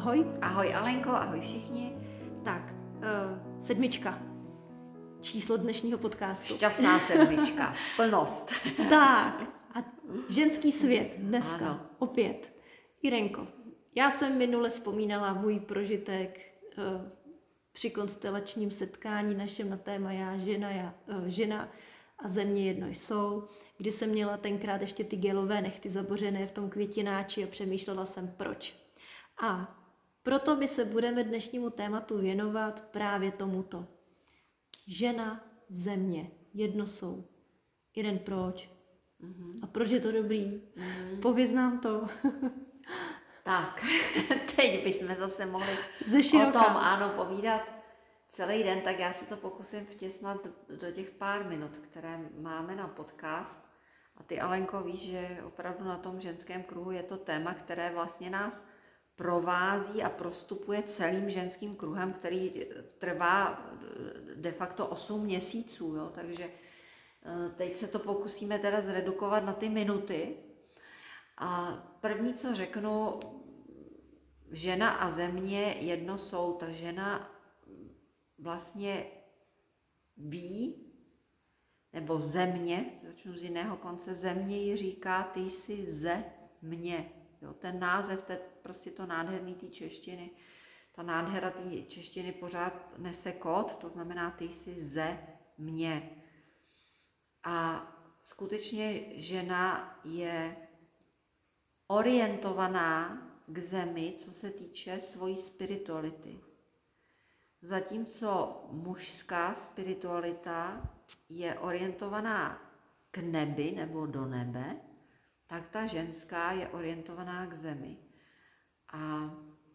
Ahoj. Ahoj Alenko, ahoj všichni. Tak, 7. číslo dnešního podcastu. Šťastná 7, plnost. Tak, a ženský svět dneska, Ano. opět. Irenko, já jsem minule vzpomínala můj prožitek při konstelačním setkání našem na téma žena a země jedno jsou, kdy jsem měla tenkrát ještě ty gelové nechty zabořené v tom květináči a přemýšlela jsem proč. A proto my se budeme dnešnímu tématu věnovat právě tomuto. Žena, země, jedno jsou. Jeden proč. A proč je to dobrý? Pověz nám to. Tak, teď bychom zase mohli Ze o tom povídat celý den, tak já si to pokusím vtěsnat do těch pár minut, které máme na podcast. A ty, Alenko, víš, že opravdu na tom ženském kruhu je to téma, které vlastně nás provází a prostupuje celým ženským kruhem, který trvá de facto 8 měsíců, jo? Takže teď se to pokusíme teda zredukovat na ty minuty. A první, co řeknu, žena a země jedno jsou. Ta žena vlastně ví, nebo země, začnu z jiného konce, země ji říká, ty jsi ze mě. Jo, ten název, prostě to nádherný té češtiny, ta nádhera té češtiny pořád nese kód, to znamená, ty jsi ze mě. A skutečně žena je orientovaná k zemi, co se týče svojí spirituality. Zatímco mužská spiritualita je orientovaná k nebi nebo do nebe, tak ta ženská je orientovaná k zemi. A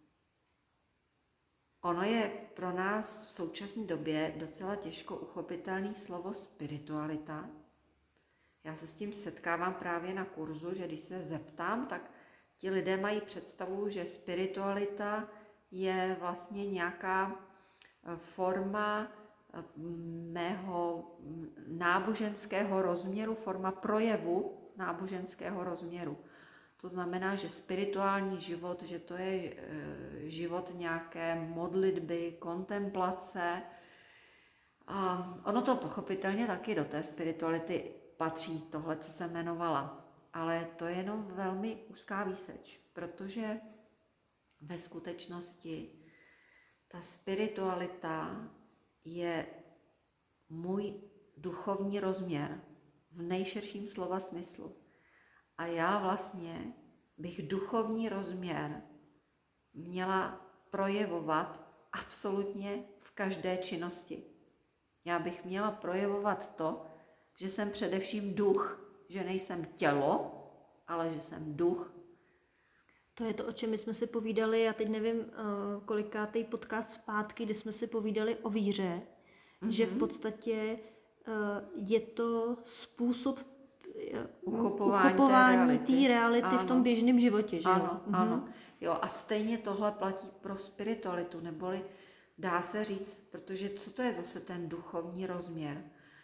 ono je pro nás v současné době docela těžko uchopitelné slovo spiritualita. Já se s tím setkávám právě na kurzu, že když se zeptám, tak ti lidé mají představu, že spiritualita je vlastně nějaká forma mého náboženského rozměru, forma projevu náboženského rozměru. To znamená, že spirituální život, že to je život nějaké modlitby, kontemplace. A ono to pochopitelně taky do té spirituality patří, tohle, co jsem jmenovala. Ale to je jenom velmi úzká výseč, protože ve skutečnosti ta spiritualita je můj duchovní rozměr v nejširším slova smyslu. A já vlastně bych duchovní rozměr měla projevovat absolutně v každé činnosti. Já bych měla projevovat to, že jsem především duch, že nejsem tělo, ale že jsem duch. To je to, o čem my jsme si povídali, já teď nevím, kolikátej podcast zpátky, kdy jsme si povídali o víře, že v podstatě je to způsob uchopování té reality v tom běžném životě. Že? Ano. Jo, a stejně tohle platí pro spiritualitu, neboli dá se říct, protože co to je zase ten duchovní rozměr?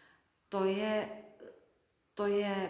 To je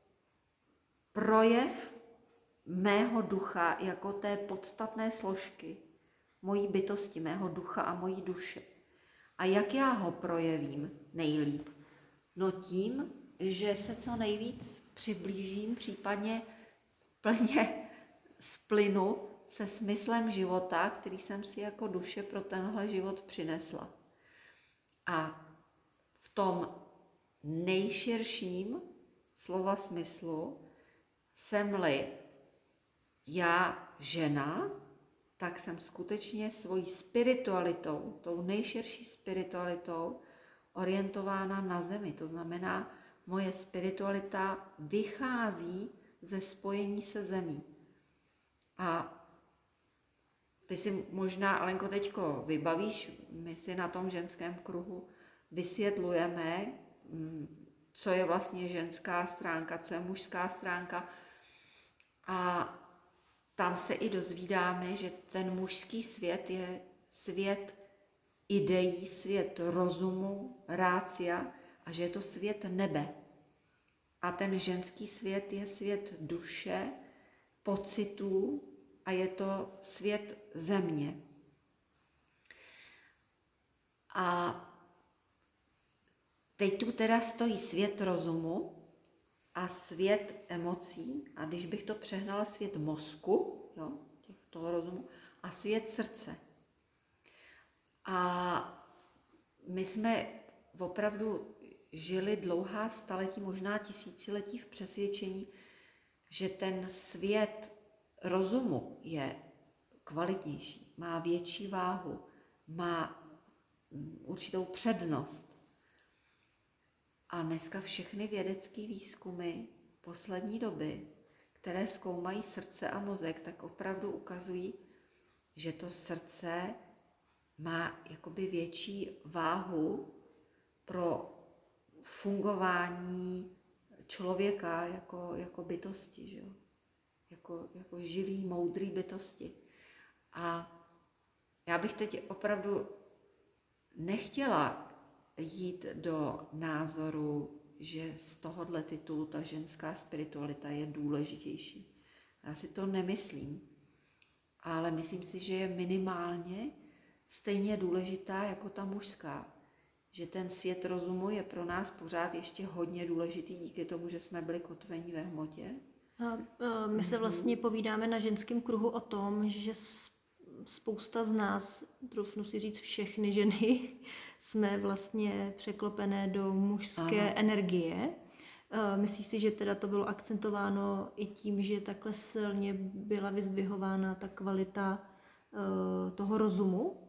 projev mého ducha jako té podstatné složky mojí bytosti, mého ducha a mojí duše. A jak já ho projevím nejlíp? No tím, že se co nejvíc přiblížím, případně plně splynu se smyslem života, který jsem si jako duše pro tenhle život přinesla. A v tom nejširším slova smyslu jsem-li já žena, tak jsem skutečně svojí spiritualitou, tou nejširší spiritualitou, orientována na zemi. To znamená, moje spiritualita vychází ze spojení se zemí. A ty si možná, Alenko, teďko vybavíš, my si na tom ženském kruhu vysvětlujeme, co je vlastně ženská stránka, co je mužská stránka. A tam se i dozvídáme, že ten mužský svět je svět ideí, svět rozumu, rácia a že je to svět nebe. A ten ženský svět je svět duše, pocitů a je to svět země. A teď tu teda stojí svět rozumu a svět emocí, a když bych to přehnala, svět mozku, jo, toho rozumu, a svět srdce. A my jsme opravdu žili dlouhá staletí, možná tisíciletí v přesvědčení, že ten svět rozumu je kvalitnější, má větší váhu, má určitou přednost. A dneska všechny vědecké výzkumy poslední doby, které zkoumají srdce a mozek, tak opravdu ukazují, že to srdce má jakoby větší váhu pro fungování člověka jako bytosti, že jo? Jako živý, moudrý bytosti. A já bych teď opravdu nechtěla jít do názoru, že z tohohle titulu ta ženská spiritualita je důležitější. Já si to nemyslím, ale myslím si, že je minimálně stejně důležitá jako ta mužská. Že ten svět rozumu je pro nás pořád ještě hodně důležitý díky tomu, že jsme byli kotveni ve hmotě. My se vlastně povídáme na ženském kruhu o tom, že spousta z nás, troufnu si říct všechny ženy, jsme vlastně překlopené do mužské energie. Myslíš si, že teda to bylo akcentováno i tím, že takhle silně byla vyzdvihována ta kvalita toho rozumu?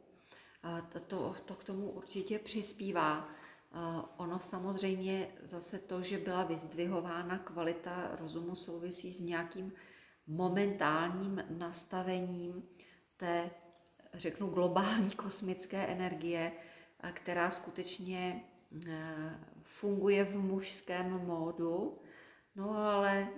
To k tomu určitě přispívá. Ono samozřejmě zase to, že byla vyzdvihována kvalita rozumu, souvisí s nějakým momentálním nastavením té, řeknu, globální kosmické energie, která skutečně funguje v mužském módu, no ale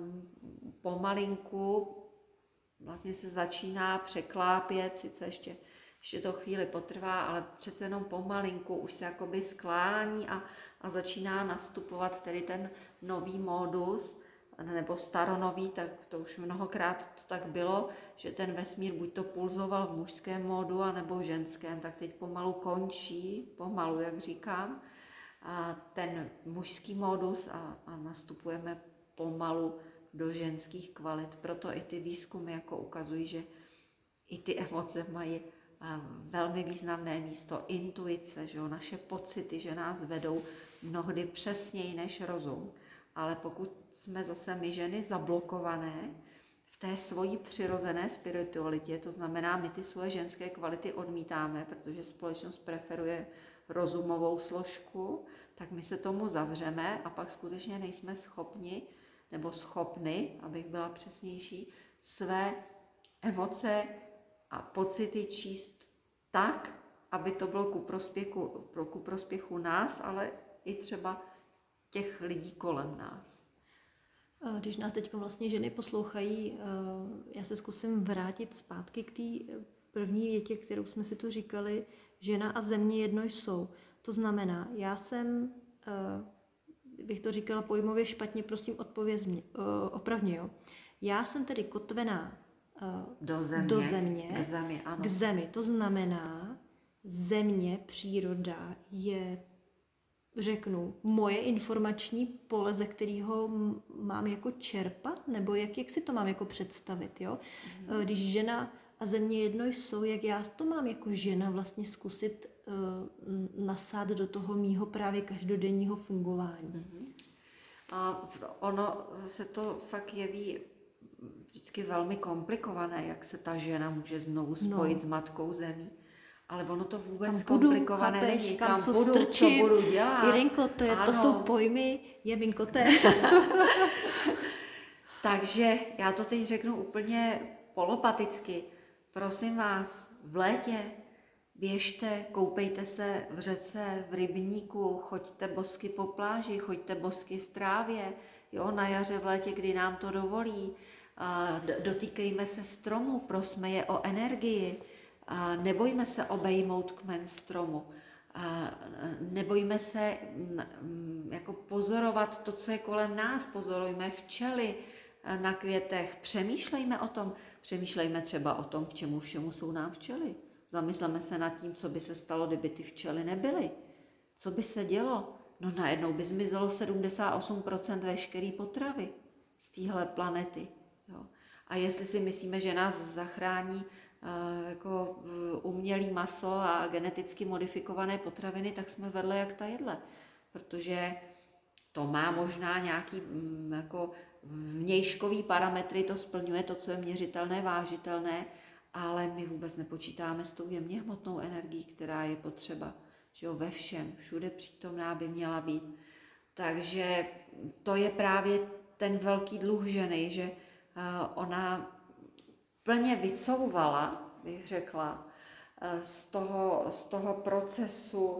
pomalinku vlastně se začíná překlápět, sice ještě to chvíli potrvá, ale přece jenom pomalinku už se jakoby sklání a začíná nastupovat tedy ten nový módus, nebo staronový, tak to už mnohokrát to tak bylo, že ten vesmír buď to pulzoval v mužském módu, anebo v ženském, tak teď pomalu končí, pomalu, jak říkám, a ten mužský módus a nastupujeme pomalu do ženských kvalit. Proto i ty výzkumy jako ukazují, že i ty emoce mají velmi významné místo, intuice, že jo, naše pocity, že nás vedou mnohdy přesněji než rozum. Ale pokud jsme zase my ženy zablokované v té svojí přirozené spiritualitě, to znamená, my ty svoje ženské kvality odmítáme, protože společnost preferuje rozumovou složku, tak my se tomu zavřeme a pak skutečně nejsme schopni, abych byla přesnější, své emoce a pocity číst tak, aby to bylo ku prospěchu nás, ale i třeba těch lidí kolem nás. Když nás teď vlastně ženy poslouchají, já se zkusím vrátit zpátky k té první větě, kterou jsme si tu říkali, žena a země jedno jsou. To znamená, já jsem, bych to říkala pojmově špatně, prosím oprav mě, jo. Já jsem tedy kotvená do země, k zemi. To znamená, země, příroda je, řeknu, moje informační pole, ze kterého mám jako čerpat, nebo jak si to mám jako představit, jo? Když žena a země jedno jsou, jak já to mám jako žena vlastně zkusit nasát do toho mýho právě každodenního fungování. A ono se to fakt jeví vždycky velmi komplikované, jak se ta žena může znovu spojit s matkou zemí. Ale ono to vůbec komplikované není. Kam budu, co budu dělat. Jirenko, to jsou pojmy jeminkoté. Takže já to teď řeknu úplně polopaticky. Prosím vás, v létě běžte, koupejte se v řece, v rybníku, choďte bosky po pláži, choďte bosky v trávě, jo, na jaře, v létě, kdy nám to dovolí. Dotýkejme se stromů, prosme je o energii. Nebojme se obejmout kmen stromu. Nebojme se jako pozorovat to, co je kolem nás. Pozorujme včely, na květech. Přemýšlejme o tom. Přemýšlejme třeba o tom, k čemu všemu jsou nám včely. Zamysleme se nad tím, co by se stalo, kdyby ty včely nebyly. Co by se dělo? No najednou by zmizelo 78% veškeré potravy z téhle planety. Jo. A jestli si myslíme, že nás zachrání umělý maso a geneticky modifikované potraviny, tak jsme vedle jak ta jedle. Protože to má možná nějaký jako vnějškový parametry, to splňuje to, co je měřitelné, vážitelné, ale my vůbec nepočítáme s tou jemně hmotnou energií, která je potřeba. Že jo, ve všem, všude přítomná by měla být. Takže to je právě ten velký dluh ženy, že ona plně vycouvala, bych řekla, z toho procesu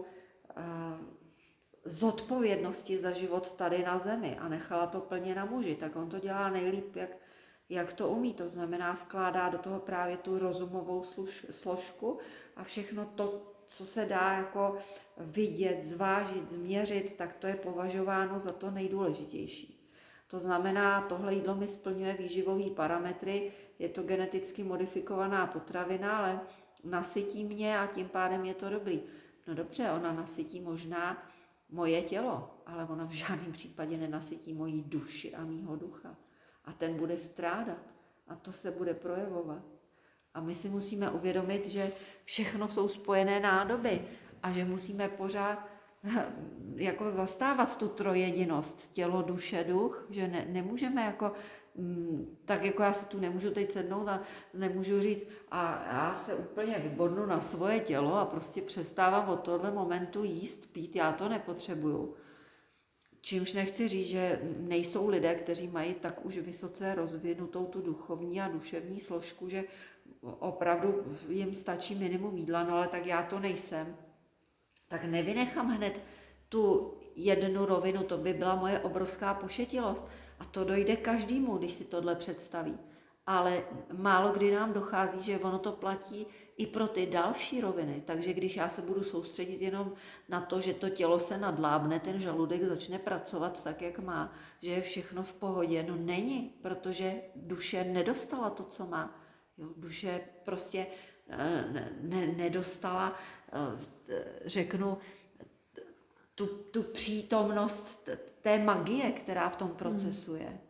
zodpovědnosti za život tady na zemi a nechala to plně na muži. Tak on to dělá nejlíp, jak to umí. To znamená, vkládá do toho právě tu rozumovou složku a všechno to, co se dá jako vidět, zvážit, změřit, tak to je považováno za to nejdůležitější. To znamená, tohle jídlo mi splňuje výživové parametry, je to geneticky modifikovaná potravina, ale nasytí mě a tím pádem je to dobrý. No dobře, ona nasytí možná moje tělo, ale ona v žádném případě nenasytí moji duši a mýho ducha. A ten bude strádat a to se bude projevovat. A my si musíme uvědomit, že všechno jsou spojené nádoby a že musíme pořád jako zastávat tu trojjedinost, tělo, duše, duch, že nemůžeme jako, tak jako já si tu nemůžu teď sednout a nemůžu říct a já se úplně vybodnu na svoje tělo a prostě přestávám od tohle momentu jíst, pít, já to nepotřebuju. Čímž nechci říct, že nejsou lidé, kteří mají tak už vysoce rozvinutou tu duchovní a duševní složku, že opravdu jim stačí minimum jídla, no ale tak já to nejsem. Tak nevynechám hned tu jednu rovinu, to by byla moje obrovská pošetilost. A to dojde každému, když si tohle představí. Ale málo kdy nám dochází, že ono to platí i pro ty další roviny. Takže když já se budu soustředit jenom na to, že to tělo se nadlábne, ten žaludek začne pracovat tak, jak má, že je všechno v pohodě, no není, protože duše nedostala to, co má. Jo, duše prostě nedostala, řeknu, tu přítomnost té magie, která v tom procesu je.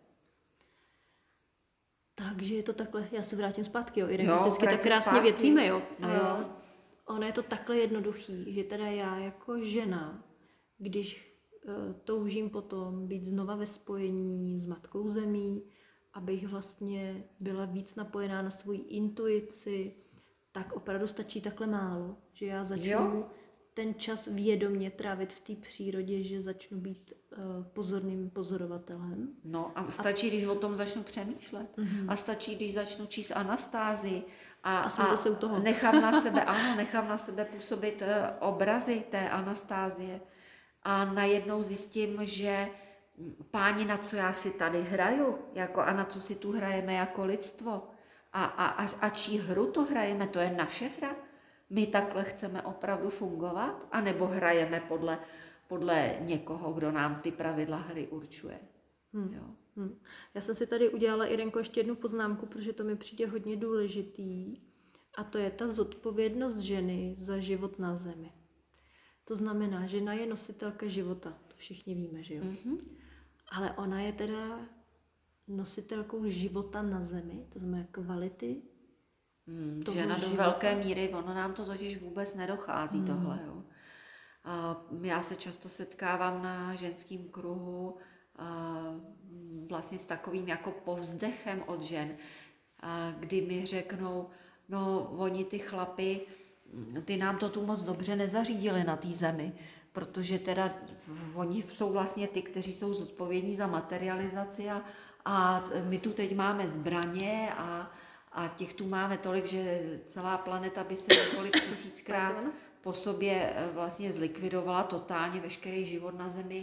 Takže je to takhle, já se vrátím zpátky, jo, Irene, Jo, vždycky tak vrátím krásně zpátky. větvíme, jo. No jo. Ono je to takhle jednoduchý, že teda já jako žena, když toužím potom být znova ve spojení s Matkou Zemí, abych vlastně byla víc napojená na svoji intuici, tak opravdu stačí takhle málo, že já začnu ten čas vědomě trávit v té přírodě, že začnu být pozorným pozorovatelem. No a stačí, když o tom začnu přemýšlet. A stačí, když začnu číst Anastázii A jsem zase u toho. nechám na sebe působit obrazy té Anastázie. A najednou zjistím, že páni, na co já si tady hraju, jako a na co si tu hrajeme jako lidstvo, a čí hru to hrajeme, to je naše hra. My takhle chceme opravdu fungovat, anebo hrajeme podle někoho, kdo nám ty pravidla hry určuje. Jo. Já jsem si tady udělala, Irenko, ještě jednu poznámku, protože to mi přijde hodně důležitý, a to je ta zodpovědnost ženy za život na zemi. To znamená, žena je nositelka života, to všichni víme, že jo? Ale ona je teda nositelkou života na zemi, to znamená kvality Žena do velké míry, ono nám to totiž vůbec nedochází tohle. Jo. Já se často setkávám na ženském kruhu vlastně s takovým jako povzdechem od žen, kdy mi řeknou, no oni ty chlapy, ty nám to tu moc dobře nezařídili na té zemi, protože teda oni jsou vlastně ty, kteří jsou zodpovědní za materializaci a my tu teď máme zbraně a těch tu máme tolik, že celá planeta by se několik tisíckrát po sobě vlastně zlikvidovala totálně veškerý život na Zemi.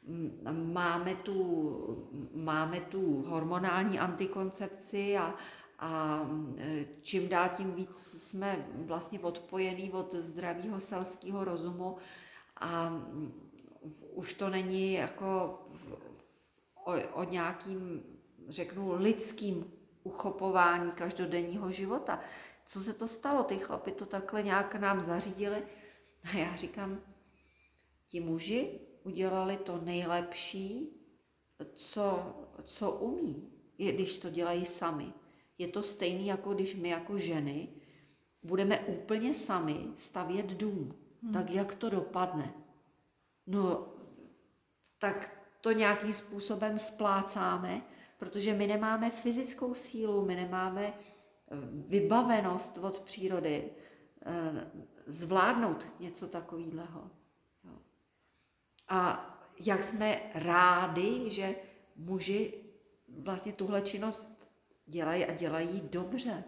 Máme tu hormonální antikoncepci a čím dál tím víc jsme vlastně odpojení od zdravého selského rozumu a už to není jako o nějakým řeknu, lidským uchopování každodenního života. Co se to stalo? Ty chlapi to takhle nějak nám zařídili. A já říkám, ti muži udělali to nejlepší, co umí, když to dělají sami. Je to stejný, jako když my jako ženy budeme úplně sami stavět dům. Tak jak to dopadne? No, tak to nějakým způsobem splácáme, protože my nemáme fyzickou sílu, my nemáme vybavenost od přírody zvládnout něco takového. A jak jsme rádi, že muži vlastně tuhle činnost dělají a dělají dobře.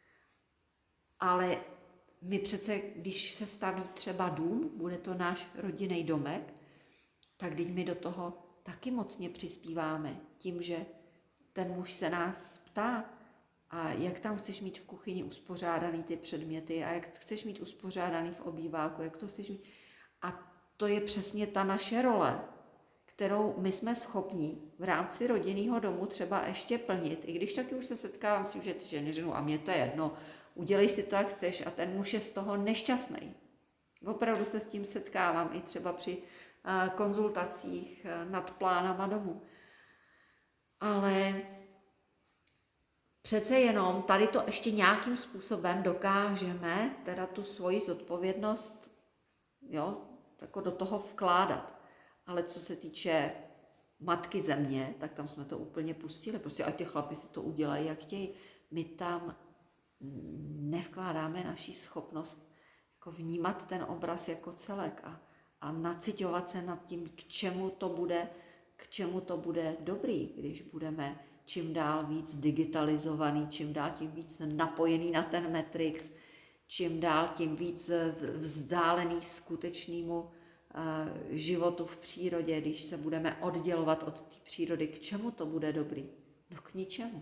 Ale my přece, když se staví třeba dům, bude to náš rodinný domek, tak když my do toho taky mocně přispíváme tím, že ten muž se nás ptá, a jak tam chceš mít v kuchyni uspořádaný ty předměty a jak chceš mít uspořádaný v obýváku, jak to chceš mít. A to je přesně ta naše role, kterou my jsme schopni v rámci rodinného domu třeba ještě plnit, i když taky už se setkávám s tím, že ty ženy řeknou, a mě to je jedno, udělej si to, jak chceš, a ten muž je z toho nešťastný. Opravdu se s tím setkávám i třeba při konzultacích nad plánama domu. Ale přece jenom tady to ještě nějakým způsobem dokážeme teda tu svoji zodpovědnost, jo, jako do toho vkládat. Ale co se týče matky země, tak tam jsme to úplně pustili. Prostě ať ty chlapi si to udělají, jak chtějí. My tam nevkládáme naši schopnost jako vnímat ten obraz jako celek a naciťovat se nad tím, k čemu to bude dobrý, když budeme čím dál víc digitalizovaný, čím dál tím víc napojený na ten Matrix, čím dál tím víc vzdálený skutečnému životu v přírodě, když se budeme oddělovat od té přírody, k čemu to bude dobrý? No k ničemu.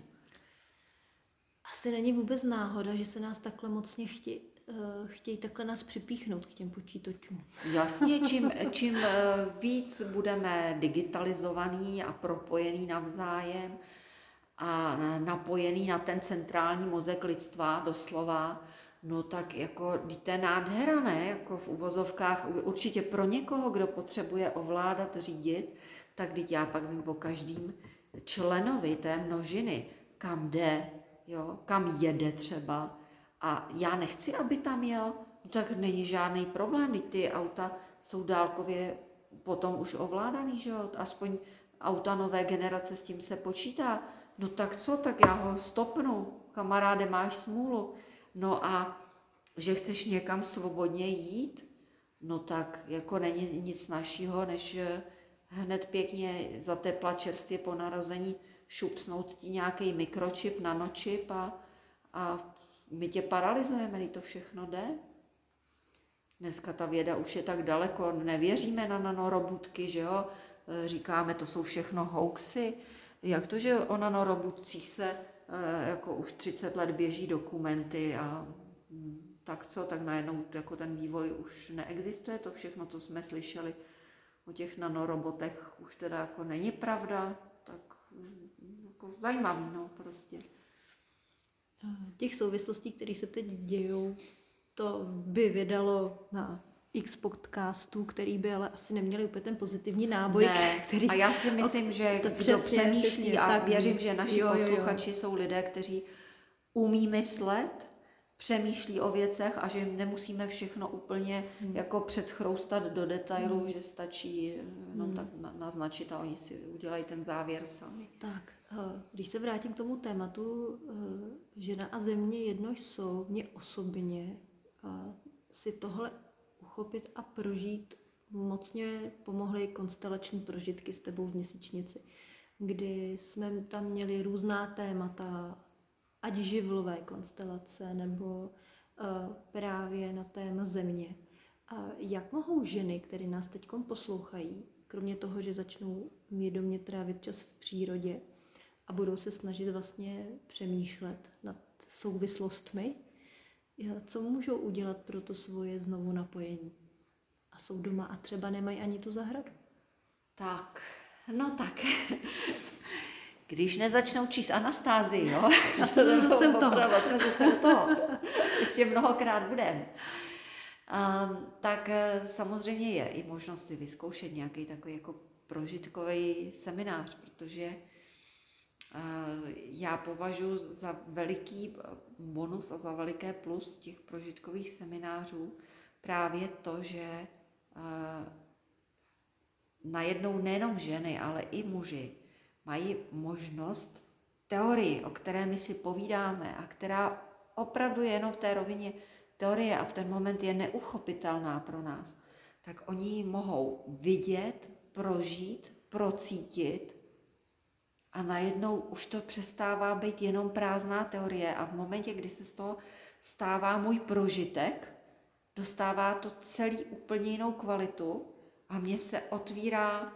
Asi není vůbec náhoda, že se nás takhle mocně chtějí takhle nás připíchnout k těm počítačům. Jasně, čím víc budeme digitalizovaný a propojený navzájem a napojený na ten centrální mozek lidstva doslova, no tak jako, to je nádhera, ne? Jako v uvozovkách, určitě pro někoho, kdo potřebuje ovládat, řídit, tak když já pak vím o každém členovi té množiny, kam jde, jo? Kam jede třeba, a já nechci, aby tam jel, no tak není žádný problém, když ty auta jsou dálkově potom už ovládaný, že jo? Aspoň auta nové generace, s tím se počítá. No tak co, tak já ho stopnu, kamaráde, máš smůlu. No a že chceš někam svobodně jít, no tak jako není nic našího, než hned pěkně za tepla čerstvě po narození šupsnout ti nějaký mikročip, nanočip a my tě paralyzujeme, když to všechno jde. Dneska ta věda už je tak daleko, nevěříme na nanorobotky, že jo, říkáme, to jsou všechno hoaxy. Jak to, že o nanorobotcích se jako už 30 let běží dokumenty a tak co, tak najednou jako ten vývoj už neexistuje, to všechno, co jsme slyšeli o těch nanorobotech, už teda jako není pravda, tak jako zajímavý, no prostě. Těch souvislostí, které se teď dějou, to by vydalo na x podcastů, který by ale asi neměli úplně ten pozitivní náboj. Ne. Který... A já si myslím, že kdo přemýšlí, a tak, věřím, že naši posluchači jsou lidé, kteří umí myslet, přemýšlí o věcech a že jim nemusíme všechno úplně jako předchroustat do detailů, že stačí jenom tak naznačit a oni si udělají ten závěr sami. Tak, když se vrátím k tomu tématu žena a země jedno jsou, mě osobně si tohle uchopit a prožít mocně pomohly konstelační prožitky s tebou v měsíčnici, kdy jsme tam měli různá témata, ať živlové konstelace, nebo právě na téma země. A jak mohou ženy, které nás teď poslouchají, kromě toho, že začnou vědomě trávit čas v přírodě a budou se snažit vlastně přemýšlet nad souvislostmi, co můžou udělat pro to svoje znovu napojení? A jsou doma a třeba nemají ani tu zahradu. Tak, no tak. když nezačnou číst Anastázii, jo? Jsem toho. Opravdu, zase do toho. Ještě mnohokrát budeme. Tak samozřejmě je i možnost si vyzkoušet nějaký takový jako prožitkový seminář, protože já považuji za veliký bonus a za veliké plus těch prožitkových seminářů právě to, že najednou nejenom ženy, ale i muži mají možnost teorii, o které my si povídáme a která opravdu je jenom v té rovině teorie a v ten moment je neuchopitelná pro nás, tak oni ji mohou vidět, prožít, procítit a najednou už to přestává být jenom prázdná teorie a v momentě, kdy se z toho stává můj prožitek, dostává to celý úplně jinou kvalitu a mně se otvírá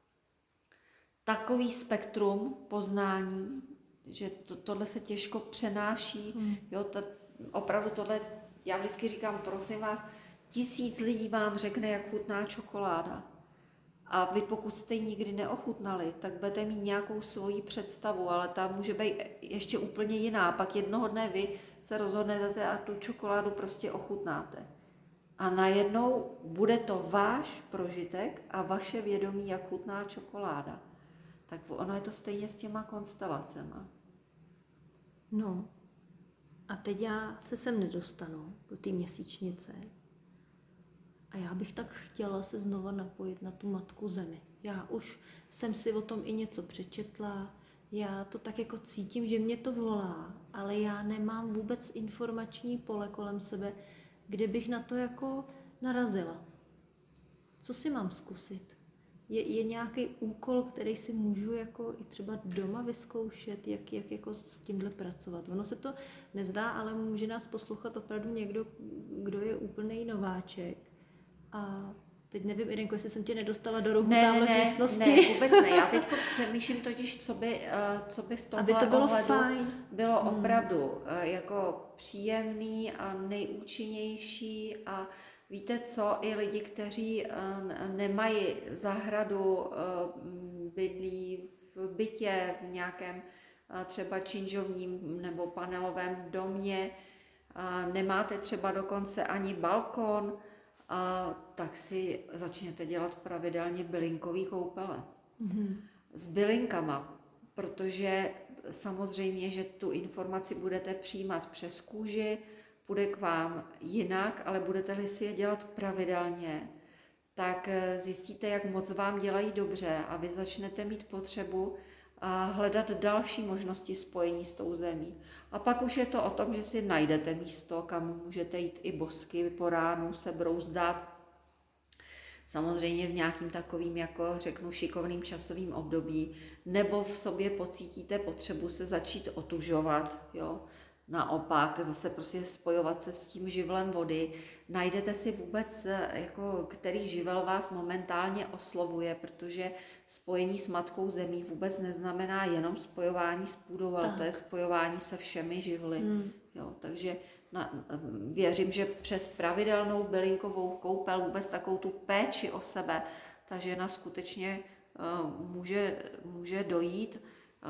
takový spektrum poznání, že tohle se těžko přenáší. Jo, opravdu tohle, já vždycky říkám, prosím vás, 1000 lidí vám řekne, jak chutná čokoláda. A vy pokud jste ji nikdy neochutnali, tak budete mít nějakou svoji představu, ale ta může být ještě úplně jiná. Pak jednoho dne vy se rozhodnete a tu čokoládu prostě ochutnáte. A najednou bude to váš prožitek a vaše vědomí, jak chutná čokoláda. Tak ono je to stejně s těma konstelacema. No, a teď já se sem nedostanu do té měsíčnice. A já bych tak chtěla se znova napojit na tu Matku Zemi. Já už jsem si o tom i něco přečetla, já to tak jako cítím, že mě to volá, ale já nemám vůbec informační pole kolem sebe, kde bych na to jako narazila. Co si mám zkusit? Je nějaký úkol, který si můžu jako i třeba doma vyzkoušet, jak jako s tímhle pracovat. Ono se to nezdá, ale může nás poslouchat opravdu někdo, kdo je úplný nováček. A teď nevím, Irenko, jestli jsem tě nedostala do ruchu tamhle v místnosti. Ne, vůbec ne. Já teď přemýšlím totiž, co by v tomhle aby to bylo ohledu fajn. bylo opravdu jako příjemný a nejúčinnější a víte co, i lidi, kteří nemají zahradu, bydlí v bytě, v nějakém třeba činžovním nebo panelovém domě, nemáte třeba dokonce ani balkon, tak si začněte dělat pravidelně bylinkový koupele. S bylinkama, protože samozřejmě, že tu informaci budete přijímat přes kůži, bude k vám jinak, ale budete-li si je dělat pravidelně, tak zjistíte, jak moc vám dělají dobře a vy začnete mít potřebu hledat další možnosti spojení s tou zemí. A pak už je to o tom, že si najdete místo, kam můžete jít i bosky po ránu se brouzdat. Samozřejmě v nějakým takovým, jako řeknu, šikovným časovým období, nebo v sobě pocítíte potřebu se začít otužovat, jo. Naopak, zase prostě spojovat se s tím živlem vody. Najdete si vůbec, jako, který živel vás momentálně oslovuje, protože spojení s Matkou Zemí vůbec neznamená jenom spojování s půdou, ale to je spojování se všemi živly. Jo, takže věřím, že přes pravidelnou bylinkovou koupel, vůbec takovou tu péči o sebe, ta žena skutečně může dojít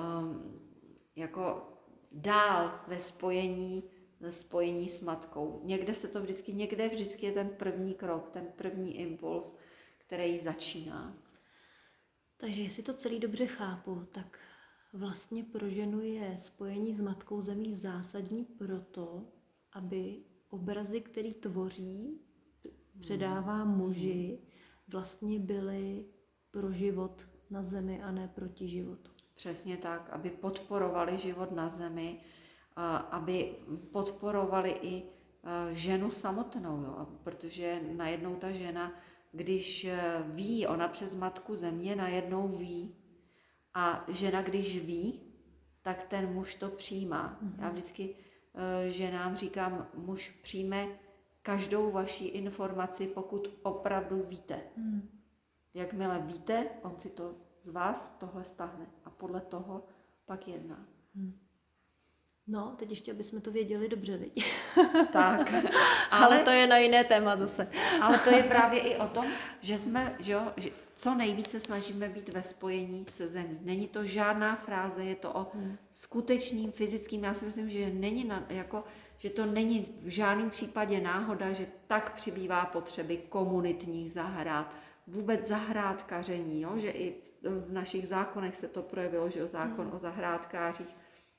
jako dál ve spojení s matkou. Někde vždycky je ten první krok, ten první impuls, který začíná. Takže jestli to celý dobře chápu, tak vlastně pro ženu je spojení s Matkou Zemí zásadní proto, aby obrazy, který tvoří, předává muži, vlastně byly pro život na zemi a ne proti životu. Přesně tak, aby podporovali život na zemi, aby podporovali i ženu samotnou, jo? Protože najednou ta žena, když ví, ona přes Matku Země najednou ví, a žena, když ví, tak ten muž to přijímá. Já vždycky ženám říkám, muž přijme každou vaši informaci, pokud opravdu víte. Jakmile víte, on si to z vás tohle stáhne a podle toho pak jedná. No, teď ještě, aby jsme to věděli dobře, viď? Tak, Ale to je na jiné téma zase. ale to je právě i o tom, že jsme, že co nejvíce snažíme být ve spojení se zemí. Není to žádná fráze, je to o skutečným fyzickým. Já si myslím, že že to není v žádném případě náhoda, že tak přibývá potřeby komunitních zahrad, vůbec zahrádkaření, jo? Že i v našich zákonech se to projevilo, že zákon o zahrádkářích.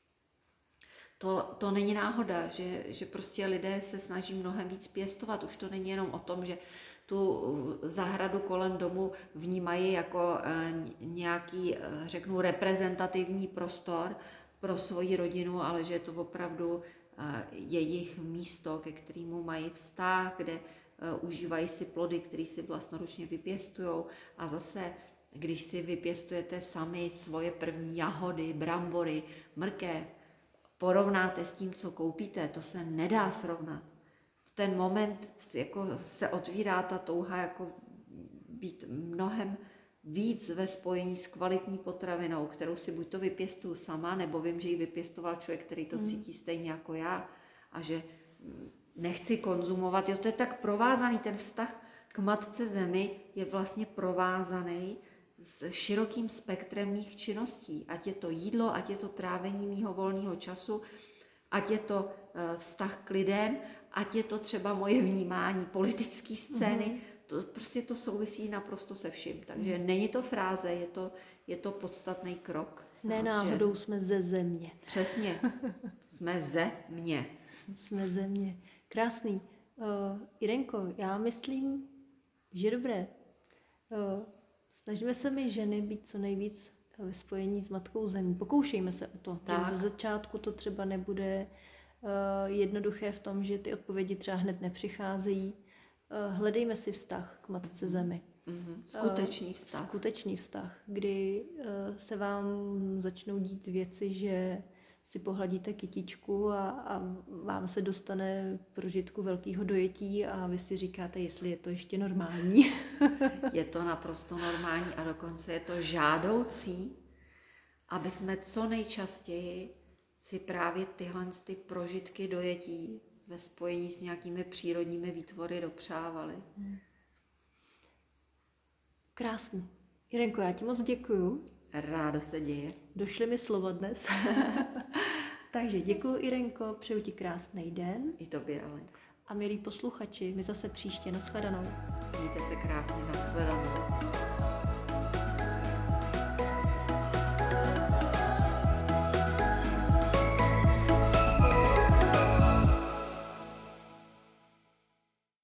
To není náhoda, že prostě lidé se snaží mnohem víc pěstovat. Už to není jenom o tom, že tu zahradu kolem domu vnímají jako nějaký, řeknu, reprezentativní prostor pro svoji rodinu, ale že je to opravdu jejich místo, ke kterému mají vztah, kde užívají si plody, které si vlastnoručně vypěstují. A zase, když si vypěstujete sami svoje první jahody, brambory, mrkev, porovnáte s tím, co koupíte, to se nedá srovnat. V ten moment jako se otvírá ta touha jako být mnohem víc ve spojení s kvalitní potravinou, kterou si buď to vypěstuju sama, nebo vím, že ji vypěstoval člověk, který to cítí stejně jako já a že nechci konzumovat. Jo, to je tak provázaný, ten vztah k matce zemi je vlastně provázaný s širokým spektrem mých činností. Ať je to jídlo, ať je to trávení mýho volného času, ať je to vztah k lidem, ať je to třeba moje vnímání politické scény. Prostě to souvisí naprosto se vším. Takže není to fráze, je to podstatný krok. Ne náhodou jsme ze země. Přesně. Jsme ze mě. Jsme země. Krásný. Irenko, já myslím, že dobré. Snažíme se my ženy být co nejvíc ve spojení s matkou zemí. Pokoušejme se o to. Ze začátku to třeba nebude jednoduché v tom, že ty odpovědi třeba hned nepřicházejí. Hledejme si vztah k matce zemi. Skutečný vztah. Skutečný vztah, kdy se vám začnou dít věci, že si pohladíte kytičku a vám se dostane prožitku velkého dojetí a vy si říkáte, jestli je to ještě normální. Je to naprosto normální a dokonce je to žádoucí, aby jsme co nejčastěji si právě ty prožitky dojetí ve spojení s nějakými přírodními výtvory dopřávali. Krásný. Irenko, já ti moc děkuju. Rádo se děje. Došly mi slova dnes. Takže děkuji, Irenko, přeju ti krásný den. I tobě, Alenko. A milí posluchači, my zase příště, nashledanou. Mějte se krásně, nashledanou.